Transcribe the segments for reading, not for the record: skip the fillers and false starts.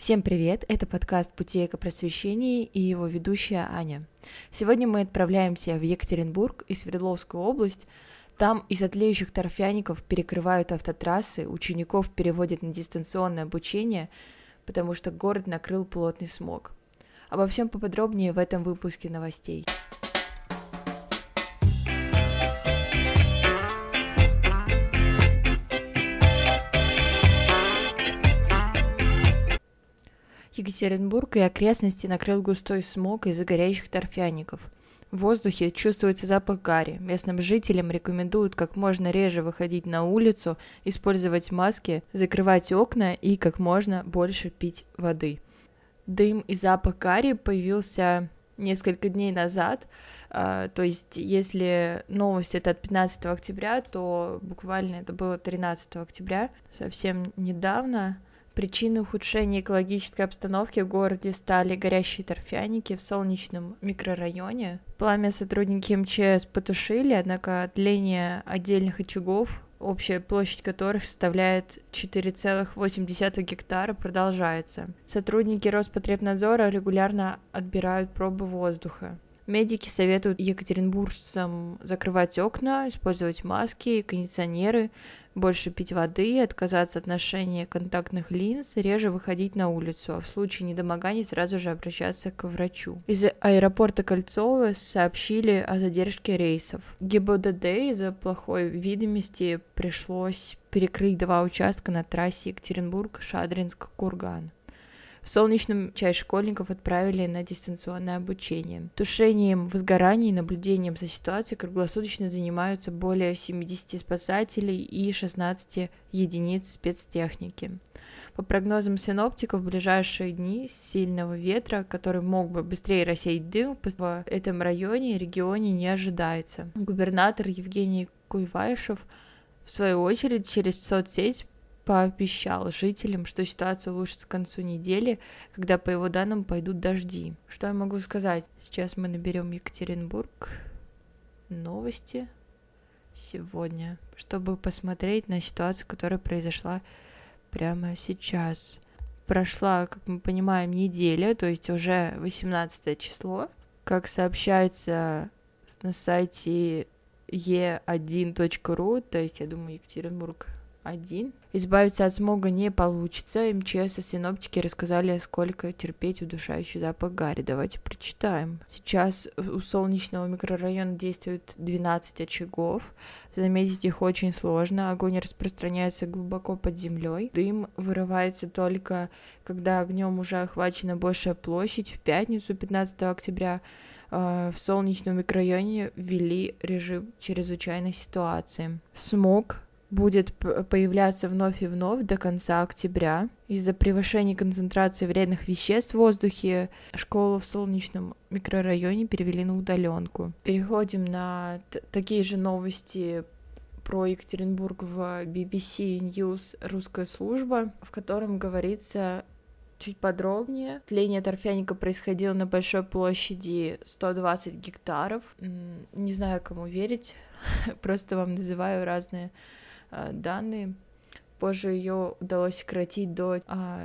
Всем привет! Это подкаст «Пути экопросвещения» и его ведущая Аня. Сегодня мы отправляемся в Екатеринбург и Свердловскую область. Там из-за тлеющих торфяников перекрывают автотрассы, учеников переводят на дистанционное обучение, потому что город накрыл плотный смог. Обо всем поподробнее в этом выпуске новостей. Екатеринбург и окрестности накрыл густой смог из-за горящих торфяников. В воздухе чувствуется запах гари. Местным жителям рекомендуют как можно реже выходить на улицу, использовать маски, закрывать окна и как можно больше пить воды. Дым и запах гари появился несколько дней назад. То есть, если новость это от 15 октября, то буквально это было 13 октября, совсем недавно. Причиной ухудшения экологической обстановки в городе стали горящие торфяники в Солнечном микрорайоне. Пламя сотрудники МЧС потушили, однако тление отдельных очагов, общая площадь которых составляет 4,8 гектара, продолжается. Сотрудники Роспотребнадзора регулярно отбирают пробы воздуха. Медики советуют екатеринбуржцам закрывать окна, использовать маски, кондиционеры, больше пить воды, отказаться от ношения контактных линз, реже выходить на улицу, а в случае недомогания сразу же обращаться к врачу. Из аэропорта Кольцово сообщили о задержке рейсов. ГИБДД из-за плохой видимости пришлось перекрыть 2 участка на трассе Екатеринбург-Шадринск-Курган. В Солнечном часть школьников отправили на дистанционное обучение. Тушением возгораний и наблюдением за ситуацией круглосуточно занимаются более 70 спасателей и 16 единиц спецтехники. По прогнозам синоптиков, в ближайшие дни сильного ветра, который мог бы быстрее рассеять дым, в этом районе и регионе не ожидается. Губернатор Евгений Куйвашев, в свою очередь, через соцсеть пообещал жителям, что ситуация улучшится к концу недели, когда, по его данным, пойдут дожди. Что я могу сказать? Сейчас мы наберем Екатеринбург, новости сегодня, чтобы посмотреть на ситуацию, которая произошла прямо сейчас. Прошла, как мы понимаем, неделя, то есть уже 18 число. Как сообщается на сайте e1.ru, то есть, я думаю, Екатеринбург 1. Избавиться от смога не получится. МЧС и синоптики рассказали, сколько терпеть удушающий запах гари. Давайте прочитаем. Сейчас у Солнечного микрорайона действует 12 очагов. Заметить их очень сложно. Огонь распространяется глубоко под землей. Дым вырывается только, когда огнем уже охвачена большая площадь. В пятницу, 15 октября, в Солнечном микрорайоне ввели режим чрезвычайной ситуации. Смог будет появляться вновь и вновь до конца октября. Из-за превышения концентрации вредных веществ в воздухе школу в Солнечном микрорайоне перевели на удаленку. Переходим на такие же новости про Екатеринбург в BBC News русская служба, в котором говорится чуть подробнее. Тление торфяника происходило на большой площади 120 гектаров. Не знаю, кому верить, просто вам называю разные данные. Позже ее удалось сократить до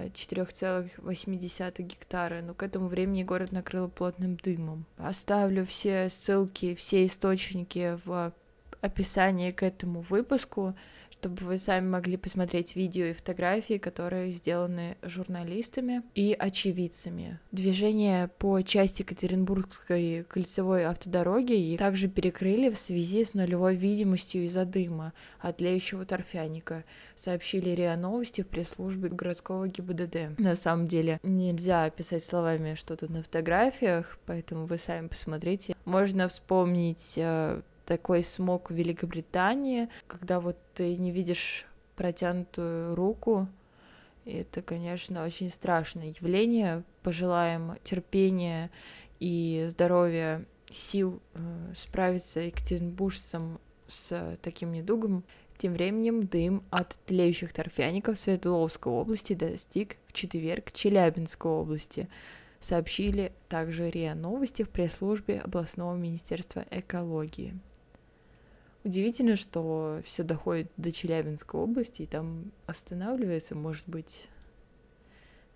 4,8 гектара, но к этому времени город накрыло плотным дымом. Оставлю все ссылки, все источники в описании к этому выпуску, чтобы вы сами могли посмотреть видео и фотографии, которые сделаны журналистами и очевидцами. Движение по части Екатеринбургской кольцевой автодороги также перекрыли в связи с нулевой видимостью из-за дыма от тлеющего торфяника, сообщили РИА Новости в пресс-службе городского ГИБДД. На самом деле нельзя описать словами что-то на фотографиях, поэтому вы сами посмотрите. Можно вспомнить такой смог в Великобритании, когда вот ты не видишь протянутую руку. И это, конечно, очень страшное явление. Пожелаем терпения и здоровья, сил справиться екатеринбуржцам с таким недугом. Тем временем дым от тлеющих торфяников Свердловской области достиг в четверг Челябинской области. Сообщили также РИА Новости в пресс-службе областного министерства экологии. Удивительно, что все доходит до Челябинской области и там останавливается, может быть,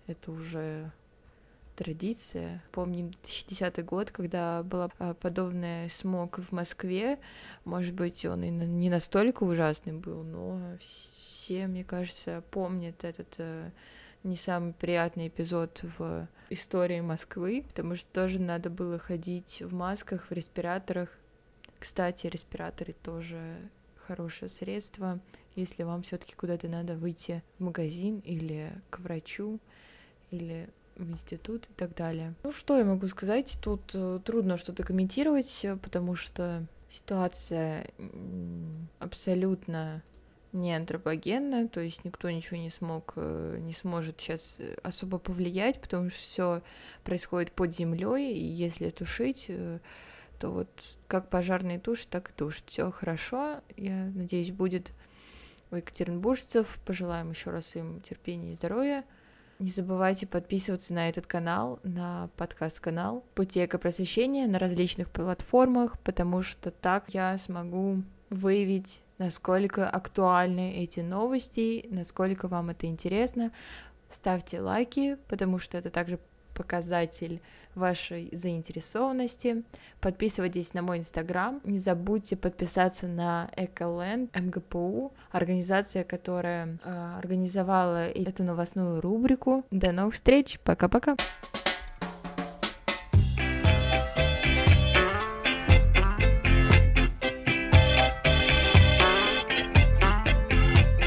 это уже традиция. Помню 2010 год, когда был подобный смог в Москве. Может быть, он и не настолько ужасный был, но все, мне кажется, помнят этот не самый приятный эпизод в истории Москвы, потому что тоже надо было ходить в масках, в респираторах. Кстати, респираторы тоже хорошее средство, если вам все-таки куда-то надо выйти в магазин или к врачу, или в институт и так далее. Ну, что я могу сказать? Тут трудно что-то комментировать, потому что ситуация абсолютно не антропогенна, то есть никто ничего не сможет сейчас особо повлиять, потому что все происходит под землей, и если тушить, то вот как пожарные тушат, так и тушат. Все хорошо, я надеюсь, будет у екатеринбуржцев. Пожелаем еще раз им терпения и здоровья. Не забывайте подписываться на этот канал, на подкаст-канал «Пути экопросвещения» на различных платформах, потому что так я смогу выявить, насколько актуальны эти новости, насколько вам это интересно. Ставьте лайки, потому что это также показатель вашей заинтересованности. Подписывайтесь на мой инстаграм. Не забудьте подписаться на Эколенд МГПУ, организация, которая организовала эту новостную рубрику. До новых встреч. Пока-пока.